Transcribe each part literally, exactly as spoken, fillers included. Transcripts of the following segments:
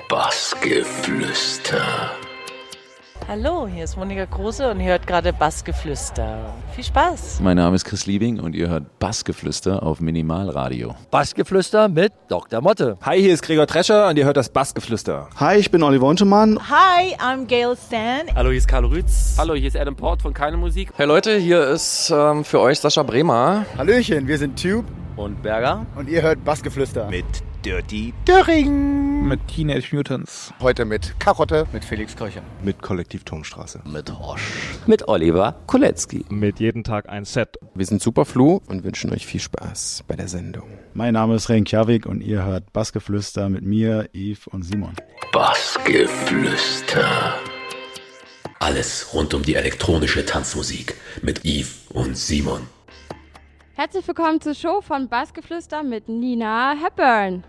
Bassgeflüster. Hallo, hier ist Monika Kruse und ihr hört gerade Bassgeflüster. Viel Spaß! Mein Name ist Chris Liebing und ihr hört Bassgeflüster auf Minimalradio. Bassgeflüster mit Doktor Motte. Hi, hier ist Gregor Trescher und ihr hört das Bassgeflüster. Hi, ich bin Oliver Untermann. Hi, I'm Gail Stan. Hallo, hier ist Carlo Rütz. Hallo, hier ist Adam Port von Keine Musik. Hey Leute, hier ist ähm, für euch Sascha Bremer. Hallöchen, wir sind Tube und Berger. Und ihr hört Bassgeflüster. Mit Dirty Döring. Mit Teenage Mutants. Heute mit Karotte. Mit Felix Kröcher. Mit Kollektiv Turmstraße. Mit Horsch. Mit Oliver Kolecki. Mit Jeden Tag ein Set. Wir sind Superflu und wünschen euch viel Spaß bei der Sendung. Mein Name ist Renkjavik und ihr hört Bassgeflüster mit mir, Yves und Simon. Bassgeflüster. Alles rund um die elektronische Tanzmusik mit Yves und Simon. Herzlich willkommen zur Show von Bassgeflüster mit Nina Hepburn.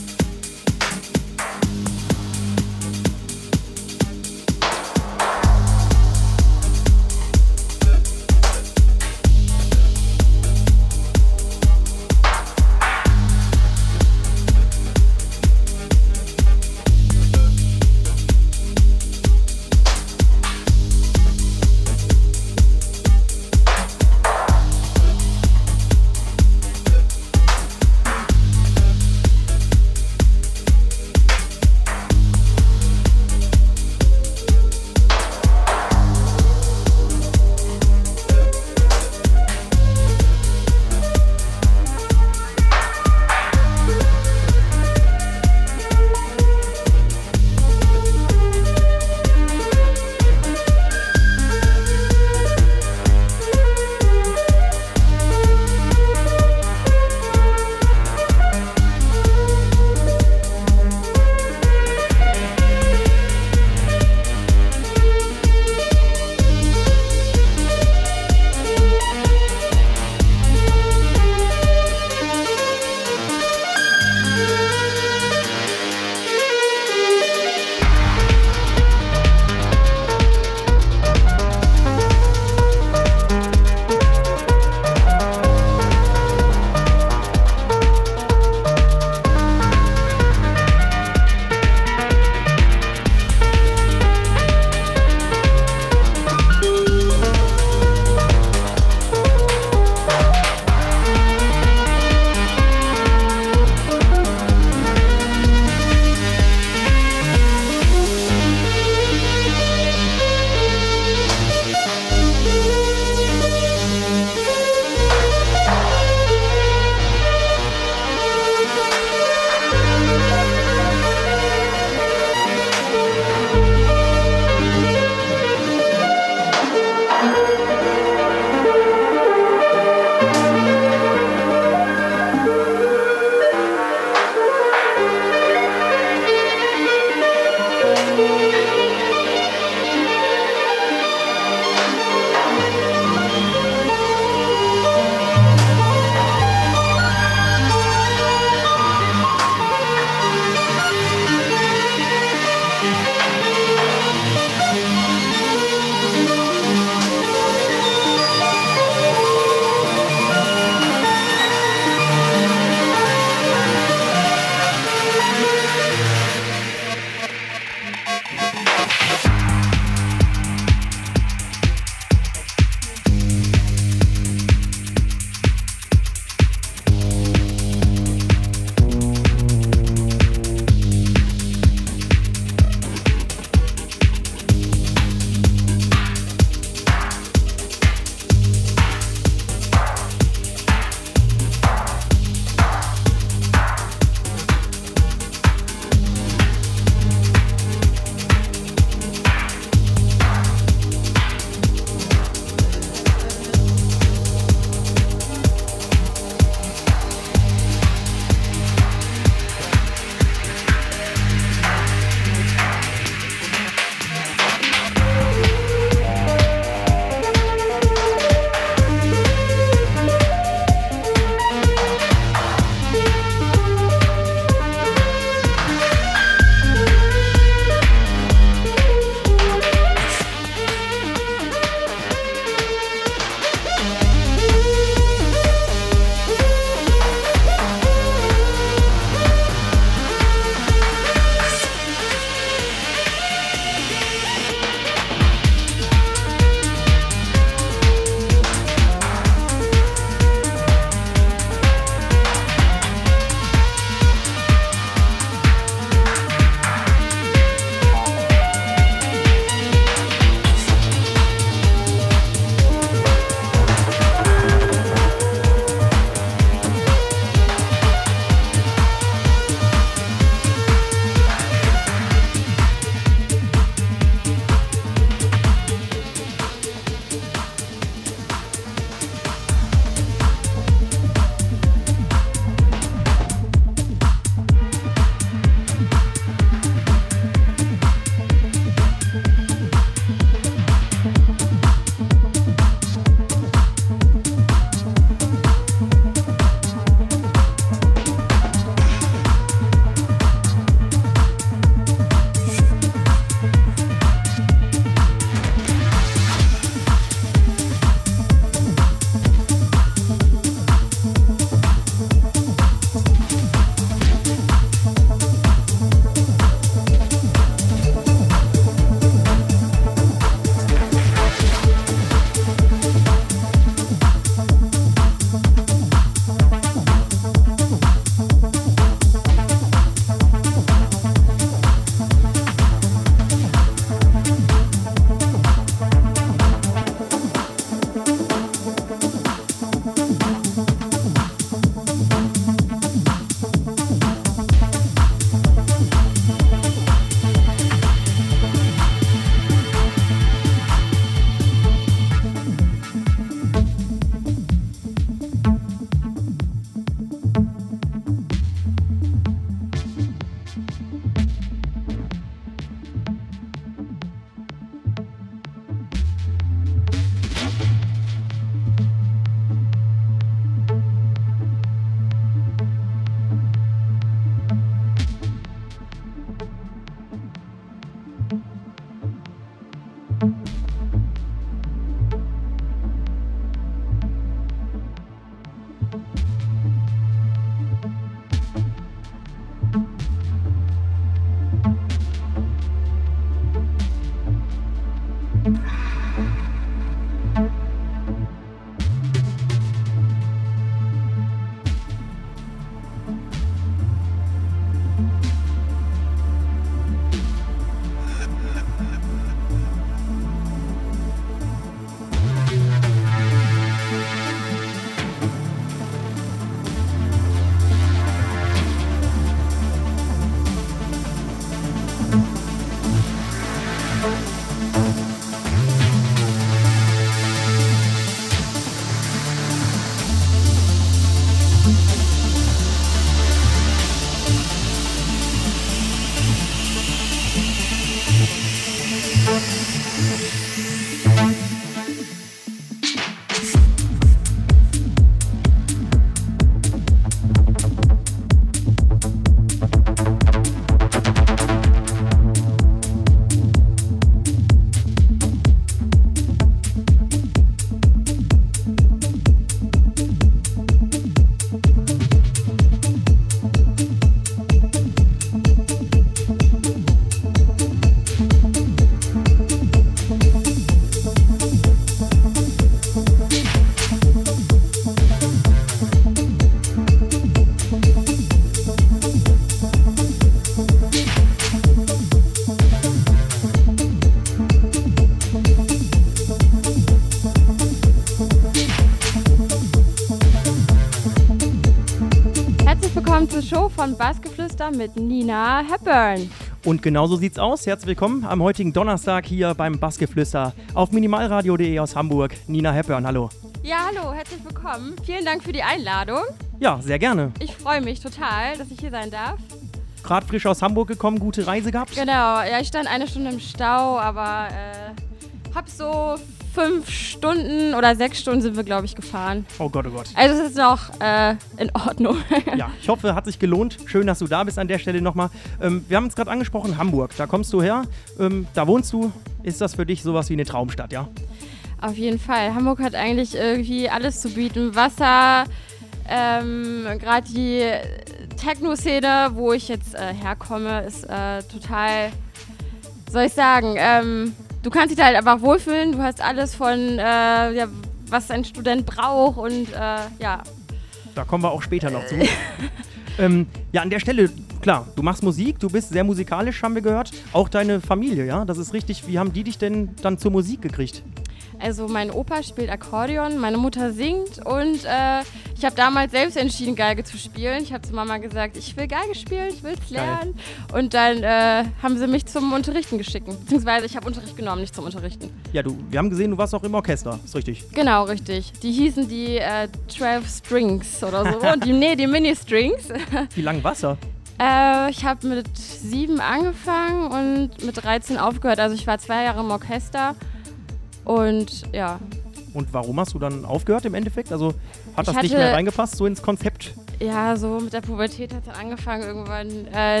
willkommen zur Show von Bassgeflüster mit Nina Hepburn. Und genauso sieht's aus. Herzlich willkommen am heutigen Donnerstag hier beim Bassgeflüster auf minimalradio punkt de aus Hamburg. Nina Hepburn, hallo. Ja, hallo, herzlich willkommen. Vielen Dank für die Einladung. Ja, sehr gerne. Ich freue mich total, dass ich hier sein darf. Gerade frisch aus Hamburg gekommen, gute Reise gehabt? Genau, ja, ich stand eine Stunde im Stau, aber äh, hab so fünf Stunden oder sechs Stunden sind wir, glaube ich, gefahren. Oh Gott, oh Gott. Also es ist noch äh, in Ordnung. Ja, ich hoffe, hat sich gelohnt. Schön, dass du da bist an der Stelle nochmal. Ähm, wir haben uns gerade angesprochen, Hamburg. Da kommst du her, ähm, da wohnst du. Ist das für dich sowas wie eine Traumstadt, ja? Auf jeden Fall. Hamburg hat eigentlich irgendwie alles zu bieten. Wasser, ähm, gerade die Techno-Szene, wo ich jetzt äh, herkomme, ist äh, total, soll ich sagen, ähm, du kannst dich da halt einfach wohlfühlen. Du hast alles von, äh, ja, was ein Student braucht und äh, ja. Da kommen wir auch später noch zu. ähm, ja, an der Stelle, klar, du machst Musik, du bist sehr musikalisch, haben wir gehört. Auch deine Familie, ja? Das ist richtig. Wie haben die dich denn dann zur Musik gekriegt? Also mein Opa spielt Akkordeon, meine Mutter singt und äh, ich habe damals selbst entschieden, Geige zu spielen. Ich habe zu Mama gesagt, ich will Geige spielen, ich will es lernen. Geil. Und dann äh, haben sie mich zum Unterrichten geschickt. Beziehungsweise ich habe Unterricht genommen, nicht zum Unterrichten. Ja, du, wir haben gesehen, du warst auch im Orchester, ist richtig? Genau, richtig. Die hießen die äh, zwölf Strings oder so. Und die, nee, die Mini-Strings. Wie lang warst du? Äh, ich habe mit sieben angefangen und mit dreizehn aufgehört. Also ich war zwei Jahre im Orchester. Und ja. Und warum hast du dann aufgehört im Endeffekt? Also hat das hatte, nicht mehr reingepasst, so ins Konzept? Ja, so mit der Pubertät hat es dann angefangen irgendwann äh,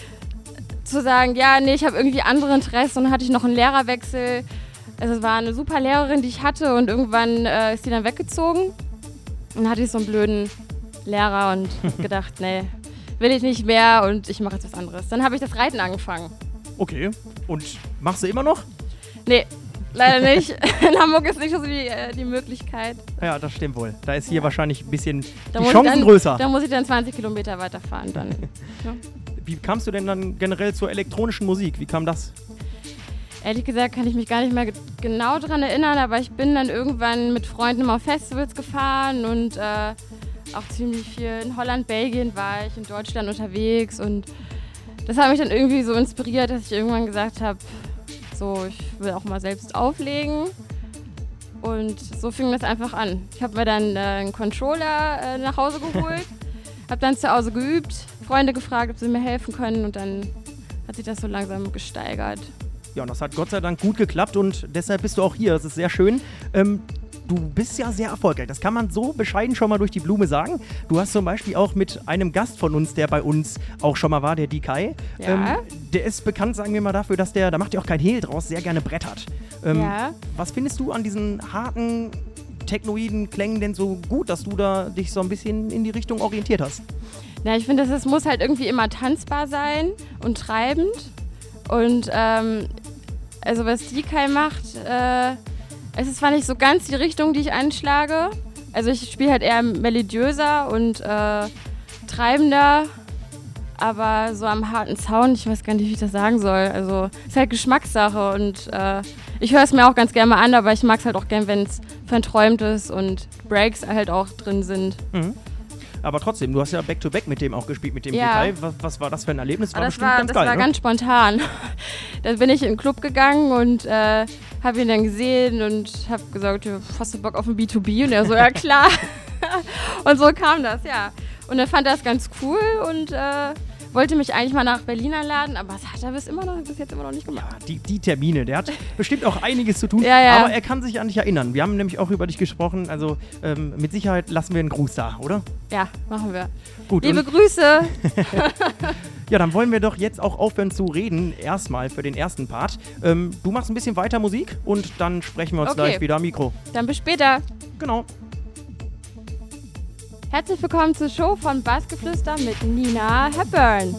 zu sagen, ja, nee, ich habe irgendwie andere Interessen. Und dann hatte ich noch einen Lehrerwechsel. Also es war eine super Lehrerin, die ich hatte und irgendwann äh, ist die dann weggezogen. Und dann hatte ich so einen blöden Lehrer und gedacht, nee, will ich nicht mehr und ich mache jetzt was anderes. Dann habe ich das Reiten angefangen. Okay. Und machst du immer noch? Nee. Leider nicht. In Hamburg ist nicht so die, äh, die Möglichkeit. Ja, das stimmt wohl. Da ist hier ja. wahrscheinlich ein bisschen da die Chancen dann, größer. Da muss ich dann zwanzig Kilometer weiterfahren. Dann. Ja. Wie kamst du denn dann generell zur elektronischen Musik? Wie kam das? Ehrlich gesagt kann ich mich gar nicht mehr ge- genau daran erinnern, aber ich bin dann irgendwann mit Freunden auf Festivals gefahren und äh, auch ziemlich viel in Holland, Belgien war ich, in Deutschland unterwegs und das hat mich dann irgendwie so inspiriert, dass ich irgendwann gesagt habe, so, ich will auch mal selbst auflegen und so fing das einfach an. Ich habe mir dann äh, einen Controller äh, nach Hause geholt, habe dann zu Hause geübt, Freunde gefragt, ob sie mir helfen können und dann hat sich das so langsam gesteigert. Ja, und das hat Gott sei Dank gut geklappt und deshalb bist du auch hier. Das ist sehr schön. Ähm, du bist ja sehr erfolgreich. Das kann man so bescheiden schon mal durch die Blume sagen. Du hast zum Beispiel auch mit einem Gast von uns, der bei uns auch schon mal war, der Dikai. Ja. Ähm, der ist bekannt, sagen wir mal, dafür, dass der, da macht er auch kein Hehl draus, sehr gerne brettert. Ähm, ja. Was findest du an diesen harten, technoiden Klängen denn so gut, dass du da dich so ein bisschen in die Richtung orientiert hast? Ja, ich finde, es muss halt irgendwie immer tanzbar sein und treibend. Und ähm, also was Dikai macht, äh, es ist zwar nicht so ganz die Richtung, die ich anschlage. Also ich spiele halt eher melodiöser und äh, treibender, aber so am harten Sound, ich weiß gar nicht, wie ich das sagen soll. Also es ist halt Geschmackssache und äh, ich höre es mir auch ganz gerne mal an, aber ich mag es halt auch gern, wenn es verträumt ist und Breaks halt auch drin sind. Mhm. Aber trotzdem, du hast ja Back-to-Back mit dem auch gespielt, mit dem ja. Dikai. Was, was war das für ein Erlebnis? War das bestimmt war, ganz das geil, war ne? ganz spontan. Da bin ich in den Club gegangen und äh, habe ihn dann gesehen und habe gesagt, hast du Bock auf ein B zwei B? Und er so, ja klar. Und so kam das, ja. Und er fand das ganz cool und äh, wollte mich eigentlich mal nach Berlin einladen, aber das hat er bis, immer noch, bis jetzt immer noch nicht gemacht. Ja, die, die Termine, der hat bestimmt auch einiges zu tun, ja, ja. aber er kann sich an dich erinnern. Wir haben nämlich auch über dich gesprochen, also ähm, mit Sicherheit lassen wir einen Gruß da, oder? Ja, machen wir. Gut, liebe Grüße! Ja, dann wollen wir doch jetzt auch aufhören zu reden, erstmal für den ersten Part. Ähm, du machst ein bisschen weiter Musik und dann sprechen wir uns okay. gleich wieder am Mikro. Dann bis später. Genau. Herzlich willkommen zur Show von Bassgeflüster mit Nina Hepburn.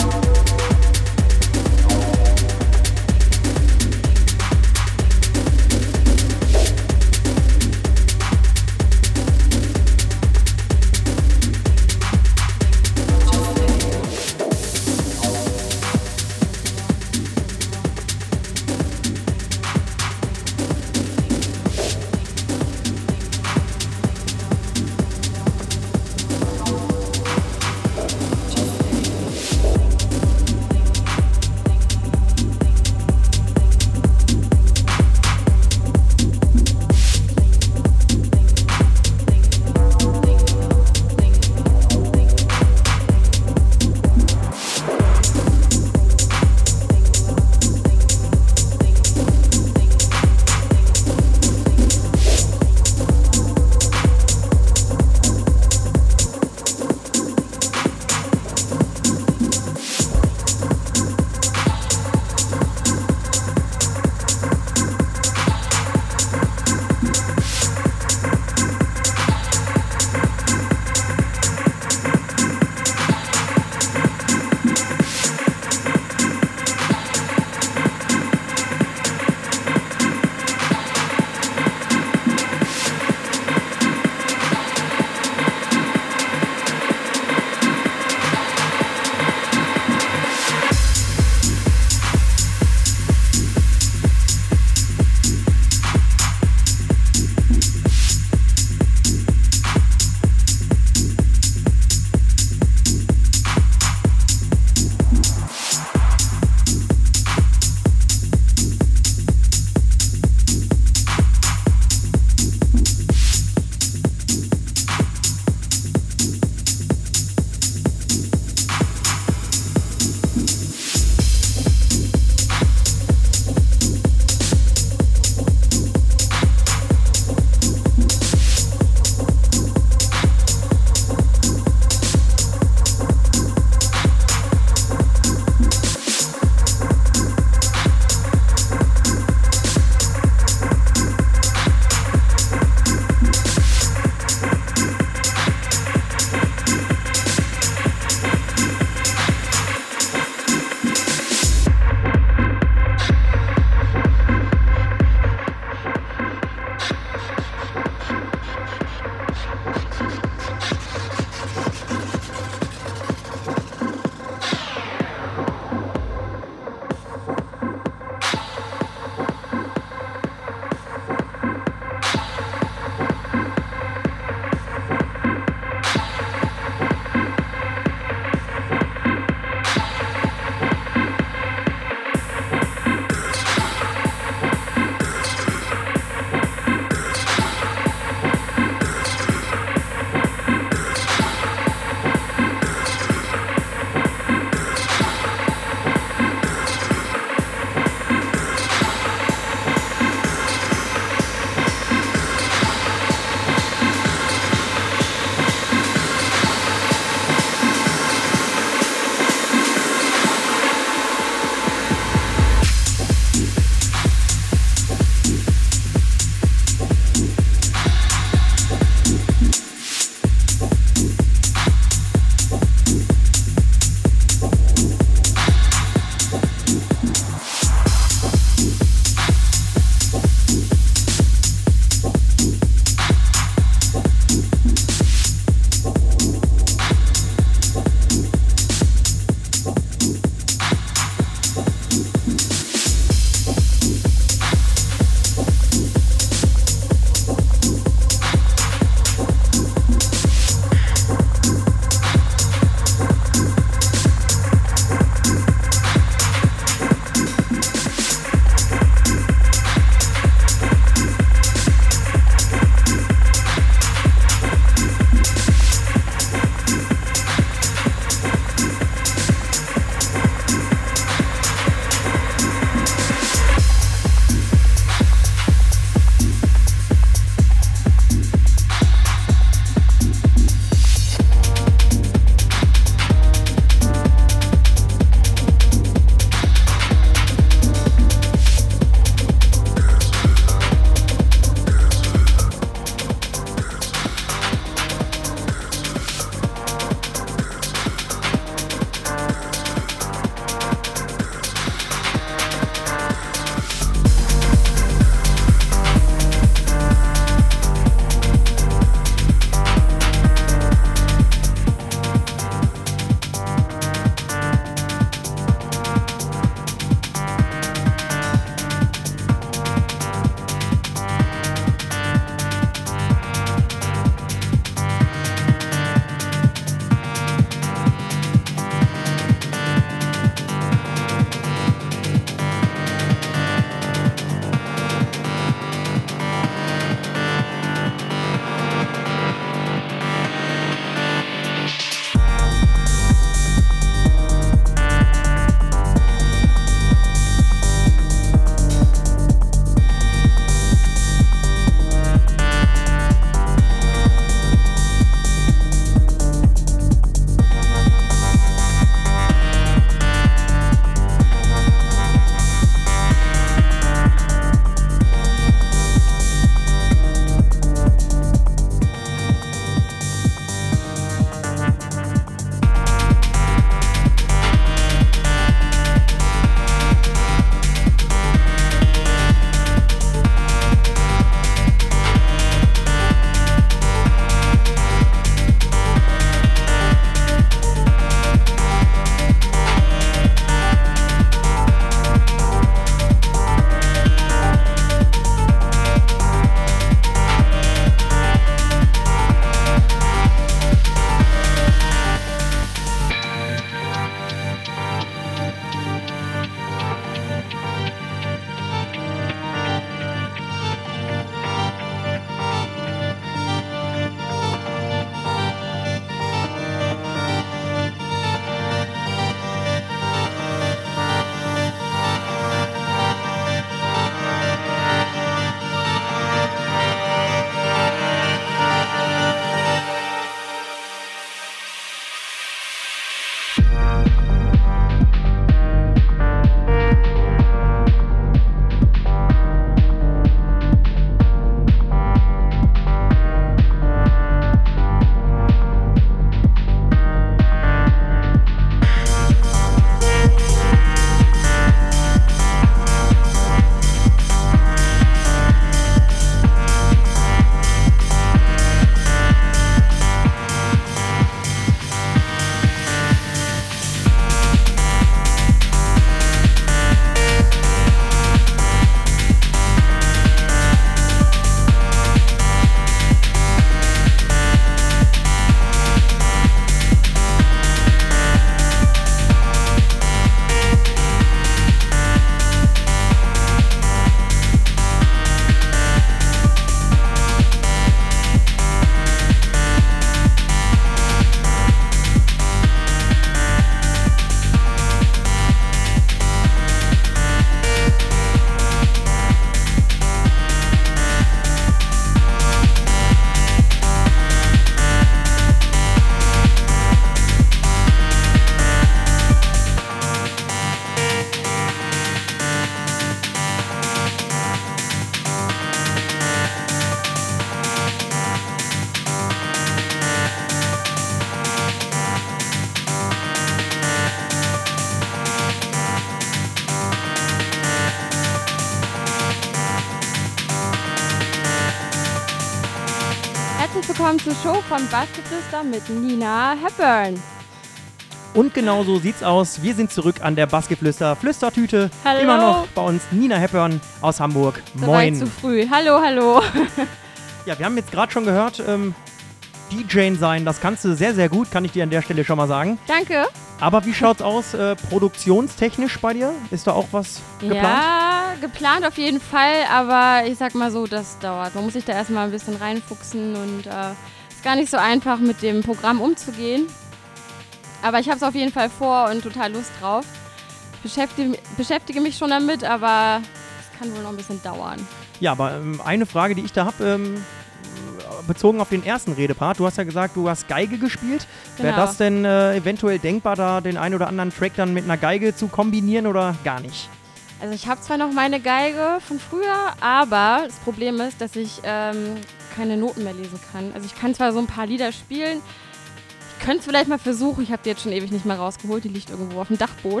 willkommen zur Show von Bassgeflüster mit Nina Hepburn. Und genau so sieht's aus. Wir sind zurück an der Bassgeflüster Flüstertüte. Hallo. Immer noch bei uns Nina Hepburn aus Hamburg. Das Moin. war zu früh. Hallo, hallo. Ja, wir haben jetzt gerade schon gehört, ähm, D J sein, das kannst du sehr, sehr gut, kann ich dir an der Stelle schon mal sagen. Danke. Aber wie schaut's aus äh, produktionstechnisch bei dir? Ist da auch was geplant? Ja, geplant auf jeden Fall, aber ich sag mal so, das dauert. Man muss sich da erstmal ein bisschen reinfuchsen und äh, ist gar nicht so einfach, mit dem Programm umzugehen. Aber ich habe es auf jeden Fall vor und total Lust drauf. Ich beschäftige, beschäftige mich schon damit, aber es kann wohl noch ein bisschen dauern. Ja, aber ähm, eine Frage, die ich da habe, ähm, bezogen auf den ersten Redepart. Du hast ja gesagt, du hast Geige gespielt. Genau. Wäre das denn äh, eventuell denkbar, da den einen oder anderen Track dann mit einer Geige zu kombinieren oder gar nicht? Also ich habe zwar noch meine Geige von früher, aber das Problem ist, dass ich ähm, keine Noten mehr lesen kann. Also ich kann zwar so ein paar Lieder spielen, ich könnte es vielleicht mal versuchen, ich habe die jetzt schon ewig nicht mehr rausgeholt, die liegt irgendwo auf dem Dachboden.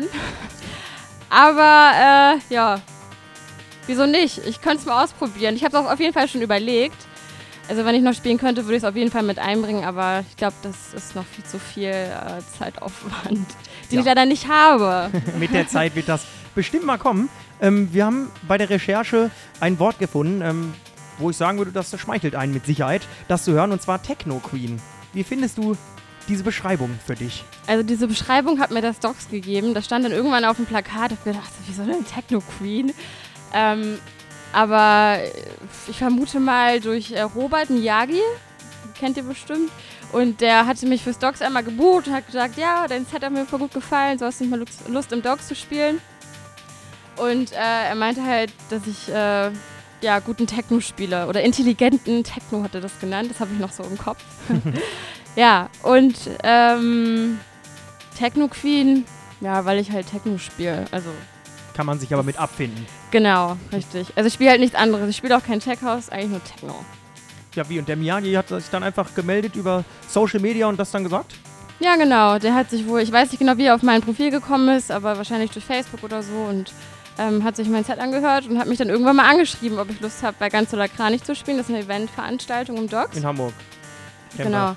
Aber äh, ja, wieso nicht? Ich könnte es mal ausprobieren. Ich habe es auch auf jeden Fall schon überlegt. Also wenn ich noch spielen könnte, würde ich es auf jeden Fall mit einbringen, aber ich glaube, das ist noch viel zu viel äh, Zeitaufwand, den ja. ich leider nicht habe. Mit der Zeit wird das bestimmt mal kommen. Ähm, wir haben bei der Recherche ein Wort gefunden, ähm, wo ich sagen würde, das schmeichelt einen mit Sicherheit, das zu hören, und zwar Techno Queen. Wie findest du diese Beschreibung für dich? Also diese Beschreibung hat mir das Docs gegeben. Das stand dann irgendwann auf dem Plakat. Ich habe gedacht, wieso denn Techno Queen? Ähm, aber ich vermute mal durch äh, Robert Miyagi, kennt ihr bestimmt. Und der hatte mich fürs Docs einmal gebucht und hat gesagt, ja, dein Set hat mir voll gut gefallen, so hast du nicht mal Lust im Docs zu spielen. Und äh, er meinte halt, dass ich äh, ja, guten Techno spiele oder intelligenten Techno hat er das genannt, das habe ich noch so im Kopf. Ja, und ähm, Techno Queen, ja, weil ich halt Techno spiele, also kann man sich aber mit abfinden. Genau, richtig. Also ich spiele halt nichts anderes. Ich spiele auch kein Tech House, eigentlich nur Techno. Ja, wie? Und der Miyagi hat sich dann einfach gemeldet über Social Media und das dann gesagt? Ja, genau. Der hat sich wohl, ich weiß nicht genau, wie er auf mein Profil gekommen ist, aber wahrscheinlich durch Facebook oder so und ähm, hat sich mein Set angehört und hat mich dann irgendwann mal angeschrieben, ob ich Lust habe, bei Ganz oder Kranich zu spielen. Das ist eine Eventveranstaltung im Docs. In Hamburg. Genau.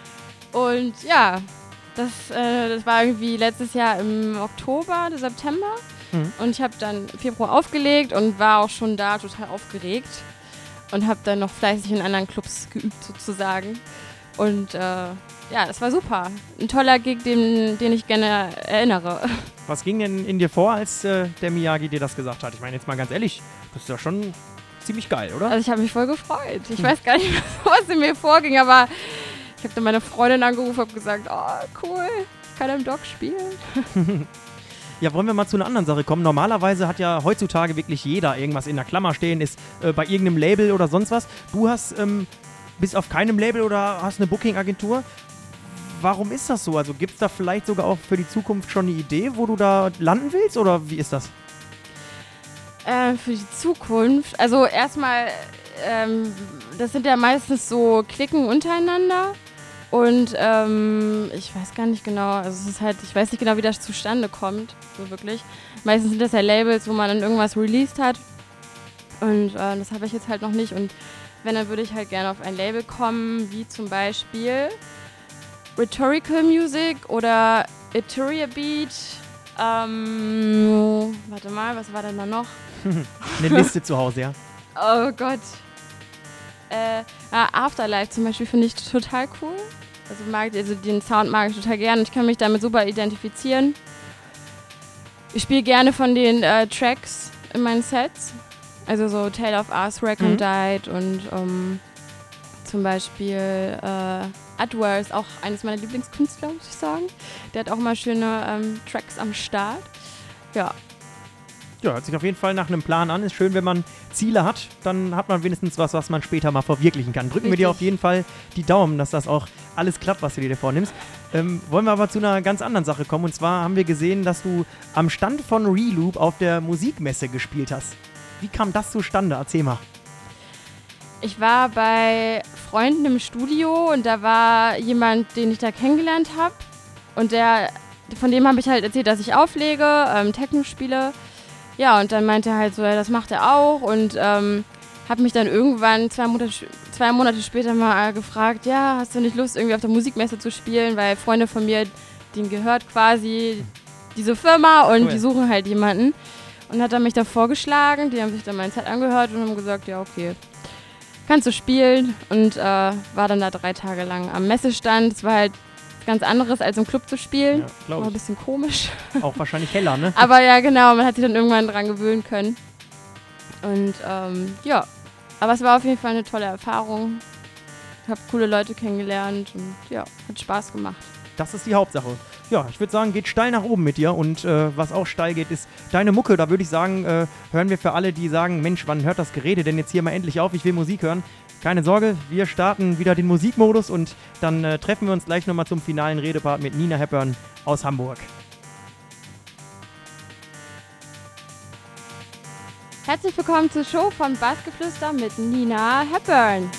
Und ja, das, äh, das war irgendwie letztes Jahr im Oktober, September. Mhm. Und ich habe dann im Februar aufgelegt und war auch schon da total aufgeregt und habe dann noch fleißig in anderen Clubs geübt sozusagen. Und äh, ja, das war super. Ein toller Gig, den, den ich gerne erinnere. Was ging denn in dir vor, als äh, der Miyagi dir das gesagt hat? Ich meine, jetzt mal ganz ehrlich, das ist ja schon ziemlich geil, oder? Also ich habe mich voll gefreut. Ich hm. weiß gar nicht, was in mir vorging, aber ich habe dann meine Freundin angerufen und gesagt, oh cool, ich kann im Doc spielen. Ja, wollen wir mal zu einer anderen Sache kommen. Normalerweise hat ja heutzutage wirklich jeder irgendwas in der Klammer stehen, ist äh, bei irgendeinem Label oder sonst was. Du hast, ähm, bist auf keinem Label oder hast eine Booking-Agentur. Warum ist das so? Also gibt es da vielleicht sogar auch für die Zukunft schon eine Idee, wo du da landen willst, oder wie ist das? Äh, für die Zukunft? Also erstmal, ähm, das sind ja meistens so Klicken untereinander. Und ähm, ich weiß gar nicht genau, also es ist halt, ich weiß nicht genau, wie das zustande kommt, so wirklich. Meistens sind das ja Labels, wo man dann irgendwas released hat und äh, das habe ich jetzt halt noch nicht. Und wenn, dann würde ich halt gerne auf ein Label kommen, wie zum Beispiel Rhetorical Music oder Etheria Beat. Ähm, warte mal, was war denn da noch? Eine Liste zu Hause, ja. Oh Gott. Äh, ja, Afterlife zum Beispiel finde ich total cool. Also, mag, also den Sound mag ich total gerne. Ich kann mich damit super identifizieren. Ich spiele gerne von den äh, Tracks in meinen Sets. Also so Tale of Us, Recondite mhm. und um, zum Beispiel äh, Adware ist auch eines meiner Lieblingskünstler, muss ich sagen. Der hat auch mal schöne ähm, Tracks am Start. Ja. Ja, hört sich auf jeden Fall nach einem Plan an. Ist schön, wenn man Ziele hat, dann hat man wenigstens was, was man später mal verwirklichen kann. Drücken Richtig. wir dir auf jeden Fall die Daumen, dass das auch alles klappt, was du dir vornimmst. Ähm, wollen wir aber zu einer ganz anderen Sache kommen. Und zwar haben wir gesehen, dass du am Stand von Reloop auf der Musikmesse gespielt hast. Wie kam das zustande? Erzähl mal. Ich war bei Freunden im Studio und da war jemand, den ich da kennengelernt habe. Und der, von dem habe ich halt erzählt, dass ich auflege, ähm, Techno spiele. Ja, und dann meinte er halt so, ja, das macht er auch und ähm, habe mich dann irgendwann zwei Monate, zwei Monate später mal gefragt, ja, hast du nicht Lust, irgendwie auf der Musikmesse zu spielen, weil Freunde von mir, denen gehört quasi diese Firma und cool. Die suchen halt jemanden. Und hat dann mich da vorgeschlagen, die haben sich dann mein Set angehört und haben gesagt, ja okay, kannst du spielen. Und äh, war dann da drei Tage lang am Messestand. Es war halt ganz anderes, als im Club zu spielen. Ja, war ein bisschen komisch. Auch wahrscheinlich heller, ne? Aber ja, genau, man hat sich dann irgendwann dran gewöhnen können. Und ähm, ja, aber es war auf jeden Fall eine tolle Erfahrung. Ich habe coole Leute kennengelernt und ja, hat Spaß gemacht. Das ist die Hauptsache. Ja, ich würde sagen, geht steil nach oben mit dir. Und äh, was auch steil geht, ist deine Mucke. Da würde ich sagen, äh, hören wir für alle, die sagen, Mensch, wann hört das Gerede denn jetzt hier mal endlich auf? Ich will Musik hören. Keine Sorge, wir starten wieder den Musikmodus und dann äh, treffen wir uns gleich nochmal zum finalen Redepart mit Nina Hepburn aus Hamburg. Herzlich willkommen zur Show von Bassgeflüster mit Nina Hepburn.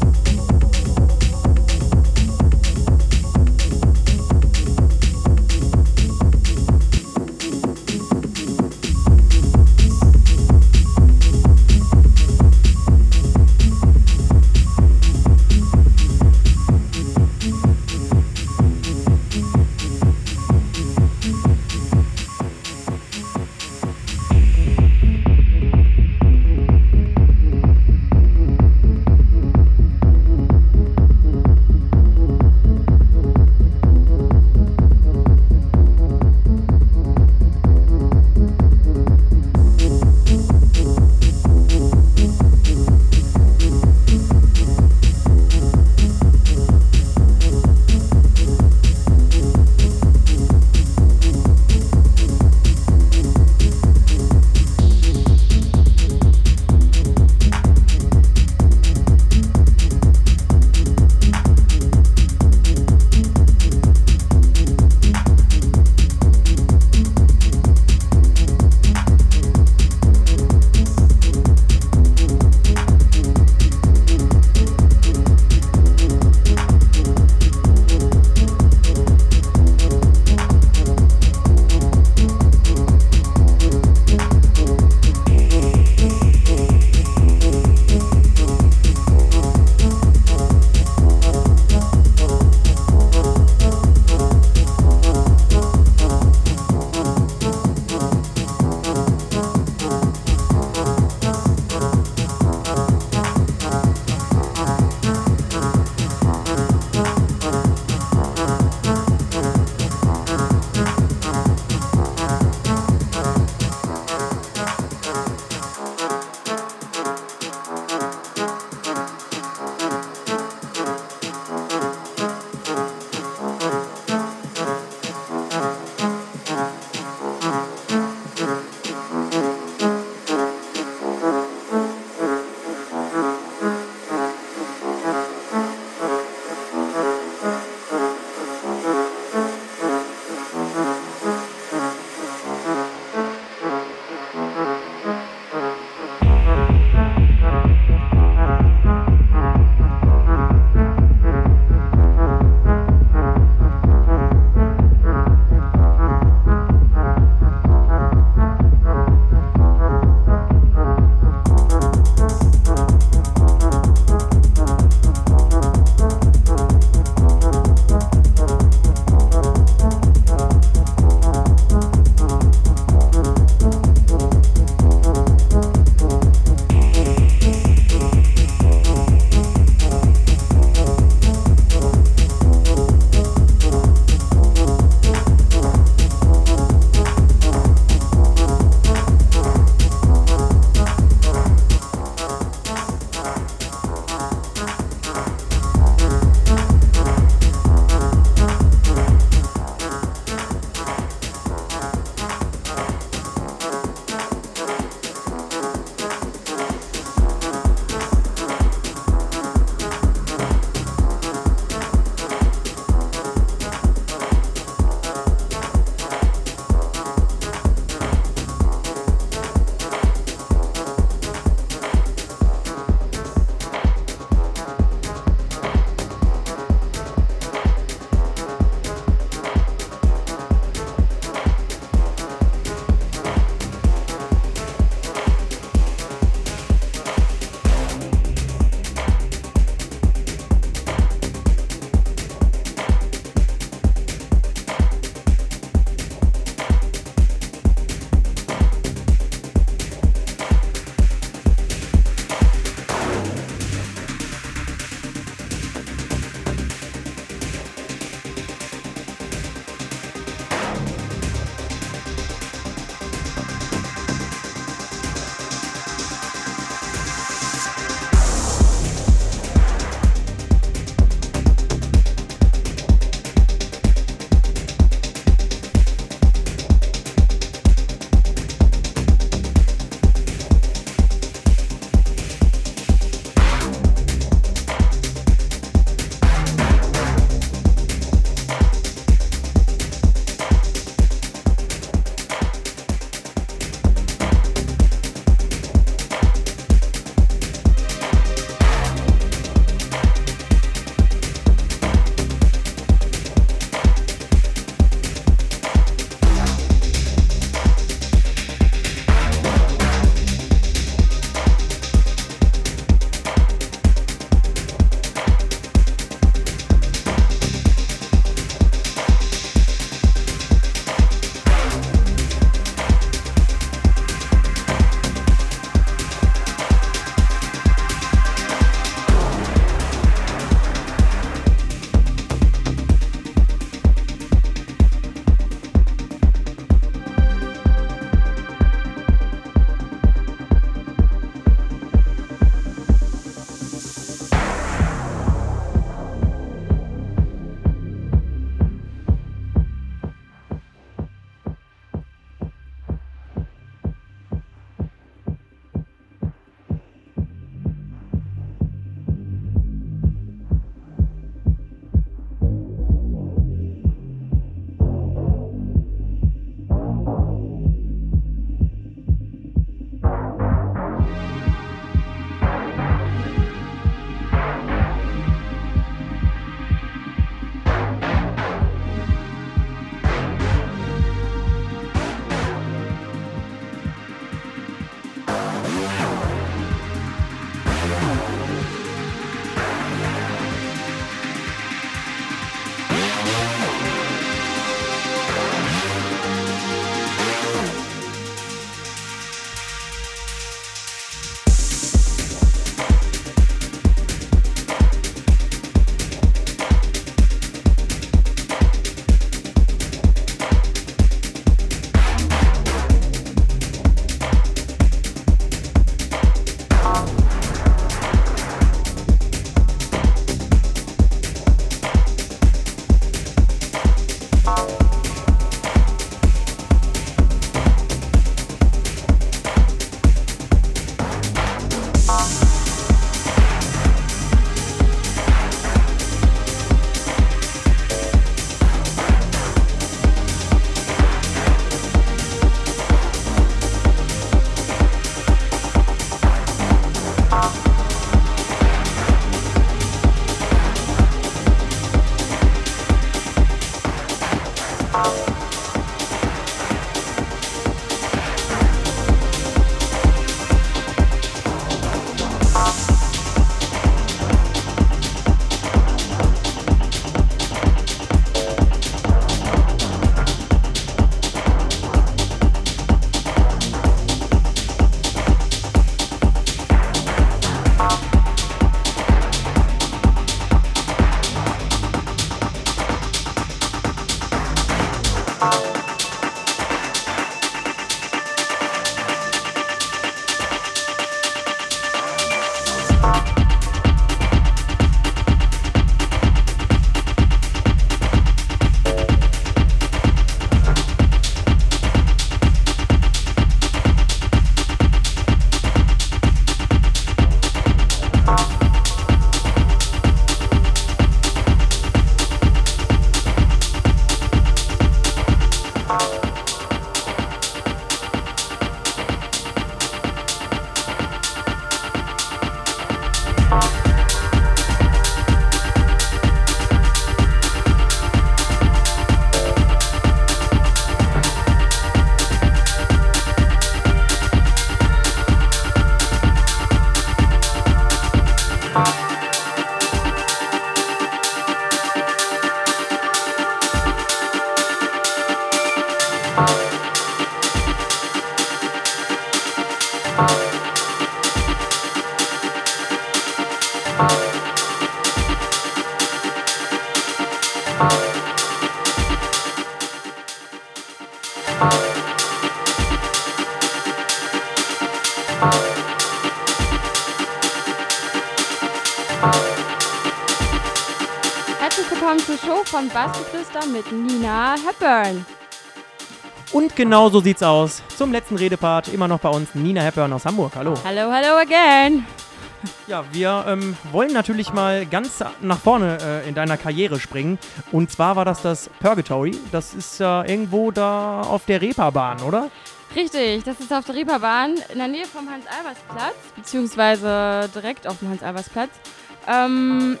Herzlich willkommen zur Show von Bassgeflüster mit Nina Hepburn. Und genau so sieht's aus. Zum letzten Redepart immer noch bei uns Nina Hepburn aus Hamburg. Hallo. Hallo, hallo again. Ja, wir ähm, wollen natürlich mal ganz nach vorne äh, in deiner Karriere springen. Und zwar war das das Purgatory. Das ist ja äh, irgendwo da auf der Reeperbahn, oder? Richtig, das ist auf der Reeperbahn in der Nähe vom Hans-Albers-Platz, beziehungsweise direkt auf dem Hans-Albers-Platz. Ähm,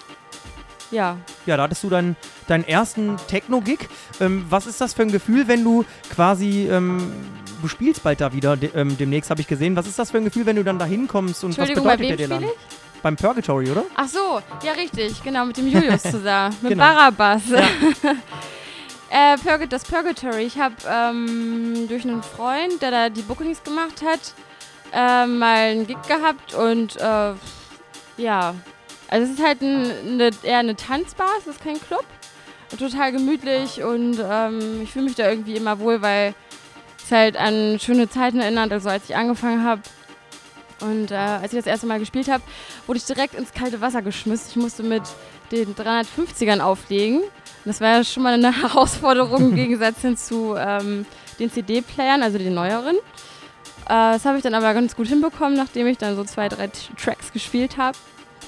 ja. Ja, da hattest du deinen, deinen ersten Techno-Gig. Ähm, was ist das für ein Gefühl, wenn du quasi, ähm, du spielst bald da wieder, de, ähm, demnächst habe ich gesehen. Was ist das für ein Gefühl, wenn du dann da hinkommst und was bedeutet der dir dann? Ich? Beim Purgatory, oder? Ach so, ja richtig, genau, mit dem Julius zusammen, mit genau. Barabbas. Ja. äh, Purg- das Purgatory, ich habe ähm, durch einen Freund, der da die Bookings gemacht hat, äh, mal einen Gig gehabt und äh, ja, also es ist halt ein, eine, eher eine Tanzbar, es ist kein Club. Total gemütlich und ähm, ich fühle mich da irgendwie immer wohl, weil es halt an schöne Zeiten erinnert, also als ich angefangen habe. Und äh, als ich das erste Mal gespielt habe, wurde ich direkt ins kalte Wasser geschmissen. Ich musste mit den dreihundertfünfzigern auflegen. Und das war ja schon mal eine Herausforderung im Gegensatz hin zu ähm, den C D-Playern, also den neueren. Äh, das habe ich dann aber ganz gut hinbekommen, nachdem ich dann so zwei, drei T- Tracks gespielt habe.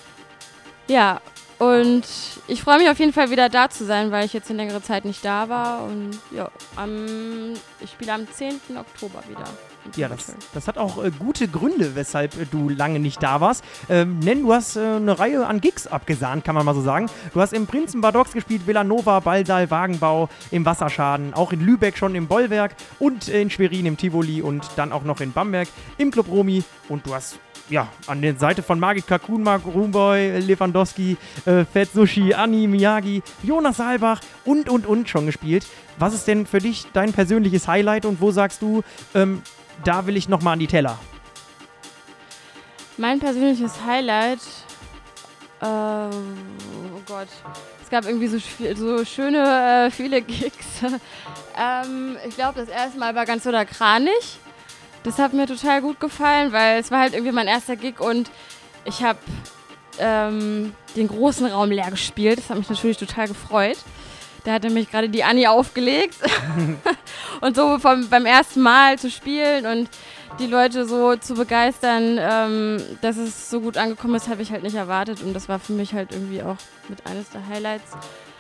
Ja, und ich freue mich auf jeden Fall wieder da zu sein, weil ich jetzt eine längere Zeit nicht da war. Und ja, am, ich spiele am zehnten Oktober wieder. Ja, das, das hat auch äh, gute Gründe, weshalb äh, du lange nicht da warst. Ähm, nenn, du hast äh, eine Reihe an Gigs abgesahnt, kann man mal so sagen. Du hast im Prinzenbadox gespielt, Villanova, Baldal, Wagenbau, im Wasserschaden, auch in Lübeck schon im Bollwerk und äh, in Schwerin im Tivoli und dann auch noch in Bamberg im Club Romy. Und du hast ja an der Seite von Margit Kakun, Mark Rumboy, Lewandowski, äh, Fett Sushi, Anni, Miyagi, Jonas Saalbach und, und, und schon gespielt. Was ist denn für dich dein persönliches Highlight und wo sagst du, ähm, da will ich nochmal an die Teller? Mein persönliches Highlight, äh, oh Gott, es gab irgendwie so, so schöne, äh, viele Gigs. ähm, ich glaube, das erste Mal war ganz oder Kranich. Das hat mir total gut gefallen, weil es war halt irgendwie mein erster Gig und ich habe ähm, den großen Raum leer gespielt. Das hat mich natürlich total gefreut. Da hat nämlich gerade die Anni aufgelegt. Und so vom, beim ersten Mal zu spielen und die Leute so zu begeistern, ähm, dass es so gut angekommen ist, habe ich halt nicht erwartet. Und das war für mich halt irgendwie auch mit eines der Highlights.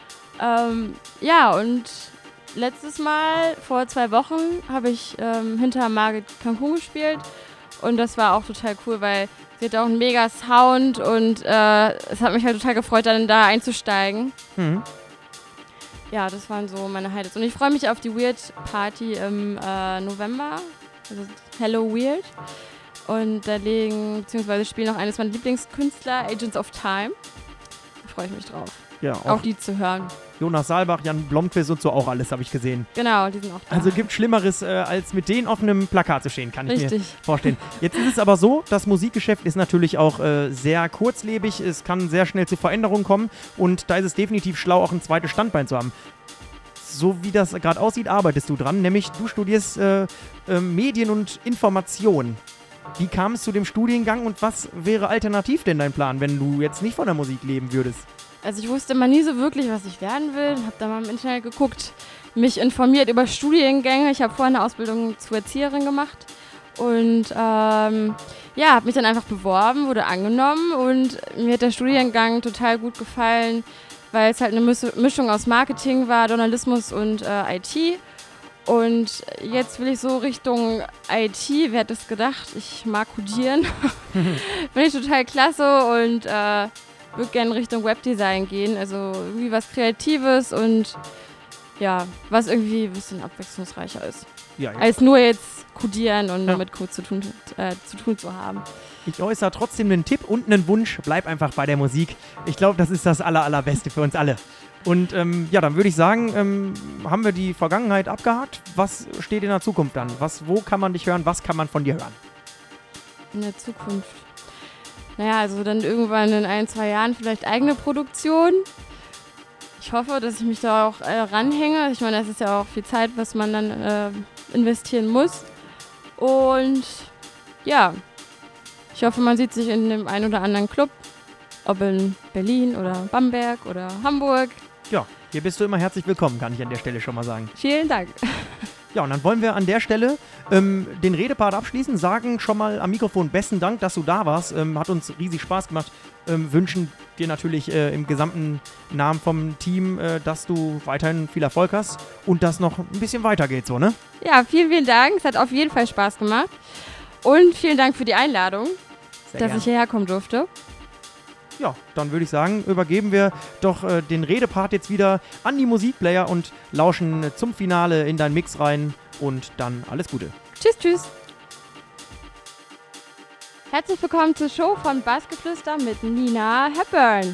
Ähm, ja, und letztes Mal, vor zwei Wochen, habe ich ähm, hinter Margit Cancun gespielt. Und das war auch total cool, weil sie hat auch einen mega Sound und äh, es hat mich halt total gefreut, dann da einzusteigen. Mhm. Ja, das waren so meine Highlights. Und ich freue mich auf die Weird Party im äh, November, also Hello Weird. Und da legen, beziehungsweise spielen noch eines meiner Lieblingskünstler, Agents of Time. Da freue ich mich drauf. Ja, auch, auch die zu hören. Jonas Saalbach, Jan Blomqvist und so auch alles, habe ich gesehen. Genau, die sind auch da. Also gibt Schlimmeres, äh, als mit denen auf einem Plakat zu stehen, kann Richtig. ich mir vorstellen. Jetzt ist es aber so, das Musikgeschäft ist natürlich auch äh, sehr kurzlebig. Es kann sehr schnell zu Veränderungen kommen und da ist es definitiv schlau, auch ein zweites Standbein zu haben. So wie das gerade aussieht, arbeitest du dran, nämlich du studierst äh, äh, Medien und Information. Wie kam es zu dem Studiengang und was wäre alternativ denn dein Plan, wenn du jetzt nicht von der Musik leben würdest? Also ich wusste immer nie so wirklich, was ich werden will. Habe da mal im Internet geguckt, mich informiert über Studiengänge. Ich habe vorher eine Ausbildung zur Erzieherin gemacht und ähm, ja, habe mich dann einfach beworben, wurde angenommen und mir hat der Studiengang total gut gefallen, weil es halt eine Mischung aus Marketing war, Journalismus und äh, I T. Und jetzt will ich so Richtung I T, wer hätte es gedacht, ich mag codieren. Finde ich total klasse und äh, würde gerne Richtung Webdesign gehen, also irgendwie was Kreatives und ja, was irgendwie ein bisschen abwechslungsreicher ist. Ja, ja. Als nur jetzt codieren und ja. mit Code zu tun, äh, zu tun zu haben. Ich äußere trotzdem einen Tipp und einen Wunsch, bleib einfach bei der Musik. Ich glaube, das ist das aller, allerbeste für uns alle. Und ähm, ja, dann würde ich sagen, ähm, haben wir die Vergangenheit abgehakt. Was steht in der Zukunft an? Was, wo kann man dich hören? Was kann man von dir hören? In der Zukunft. naja, also dann irgendwann in ein, zwei Jahren vielleicht eigene Produktion. Ich hoffe, dass ich mich da auch äh, ranhänge. Ich meine, das ist ja auch viel Zeit, was man dann äh, investieren muss. Und ja, ich hoffe, man sieht sich in dem einen oder anderen Club, ob in Berlin oder Bamberg oder Hamburg. Ja, hier bist du immer herzlich willkommen, kann ich an der Stelle schon mal sagen. Vielen Dank. Ja, und dann wollen wir an der Stelle ähm, den Redepart abschließen, sagen schon mal am Mikrofon besten Dank, dass du da warst. Ähm, hat uns riesig Spaß gemacht. Ähm, wünschen dir natürlich äh, im gesamten Namen vom Team, äh, dass du weiterhin viel Erfolg hast und dass noch ein bisschen weitergeht, so, ne? Ja, vielen, vielen Dank. Es hat auf jeden Fall Spaß gemacht. Und vielen Dank für die Einladung, Sehr dass gern. ich hierher kommen durfte. Ja, dann würde ich sagen, übergeben wir doch äh, den Redepart jetzt wieder an die Musikplayer und lauschen äh, zum Finale in deinen Mix rein und dann alles Gute. Tschüss, tschüss. Herzlich willkommen zur Show von Bassgeflüster mit Nina Hepburn.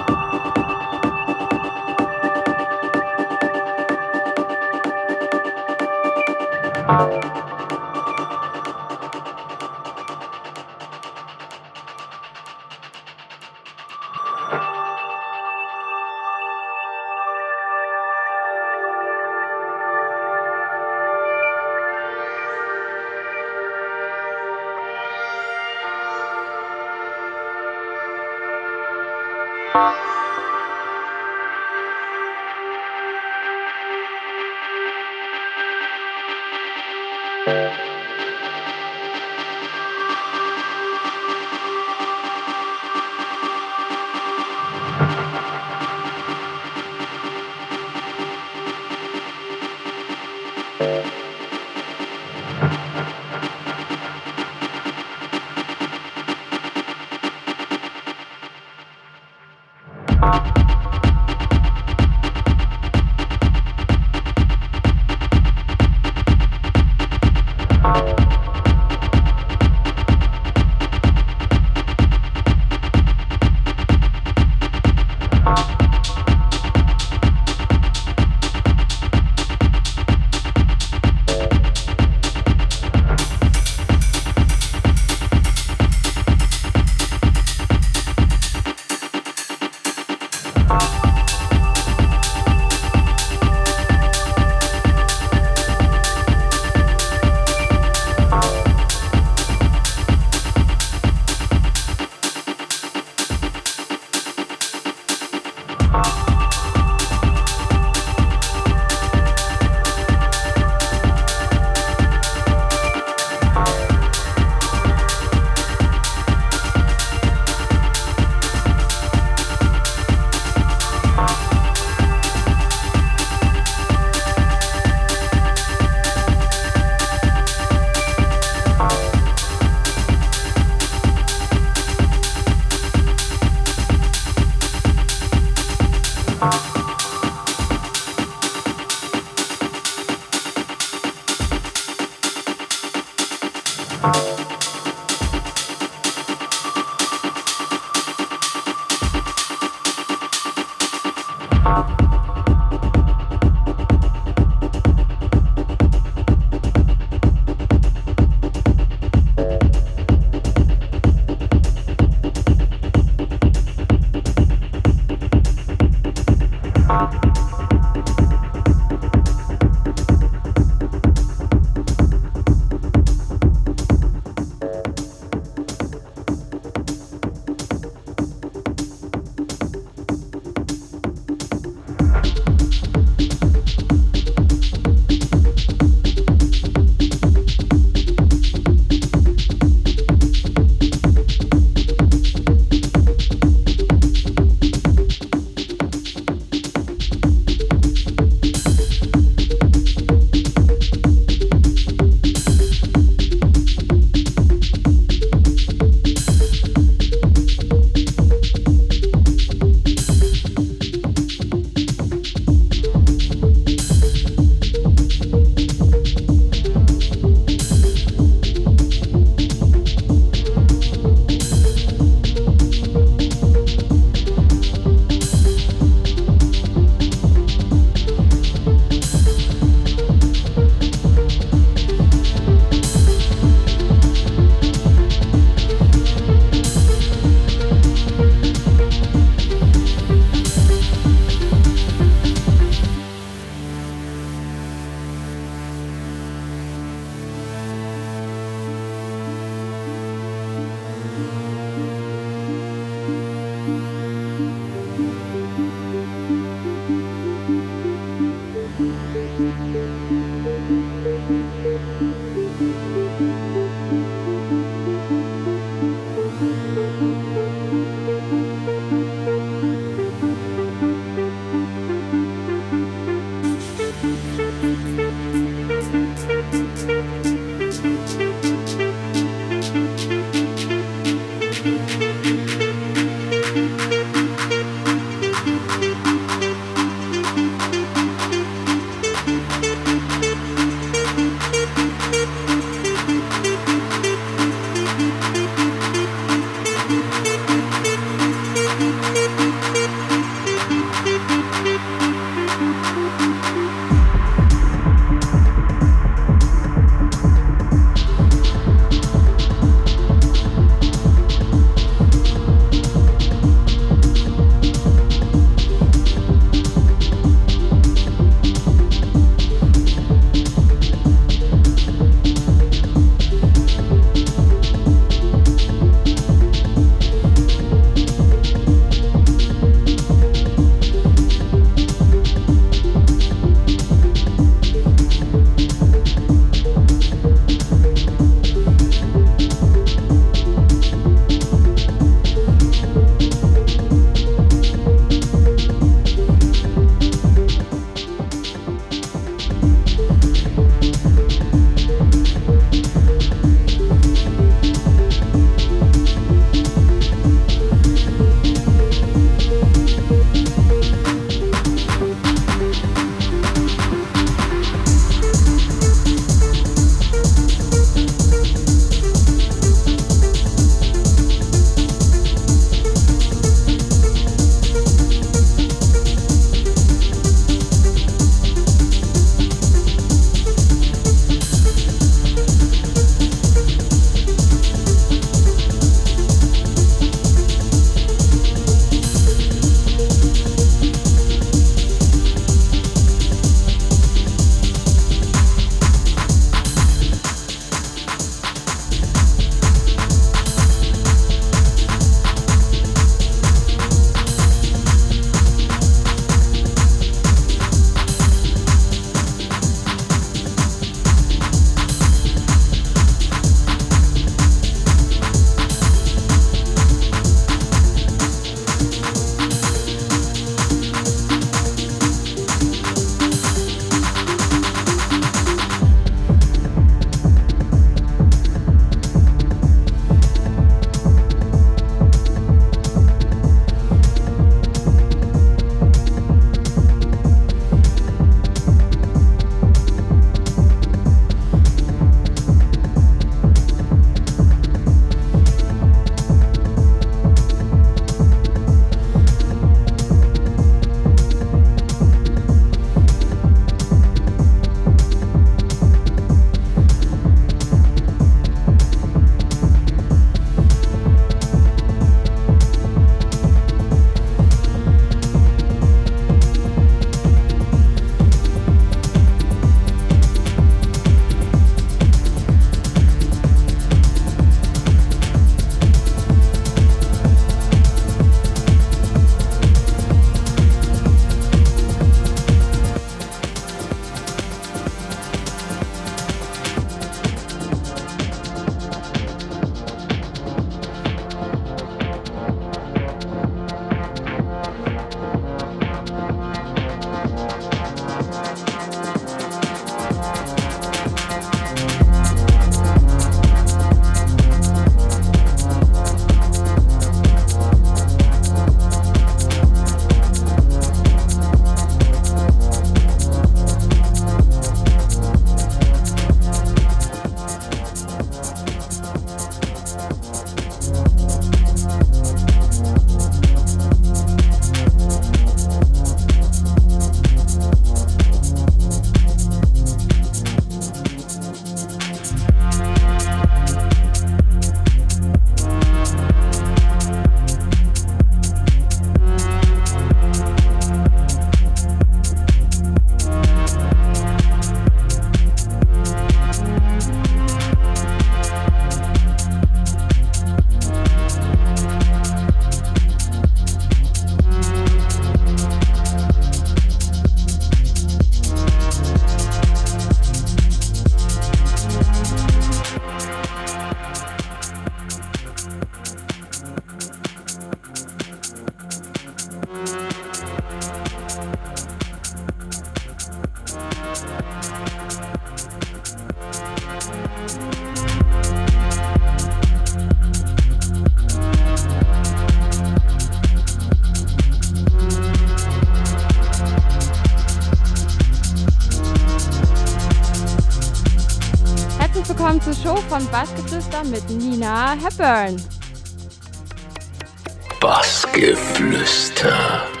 Show von Bassgeflüster mit Nina Hepburn. Bassgeflüster.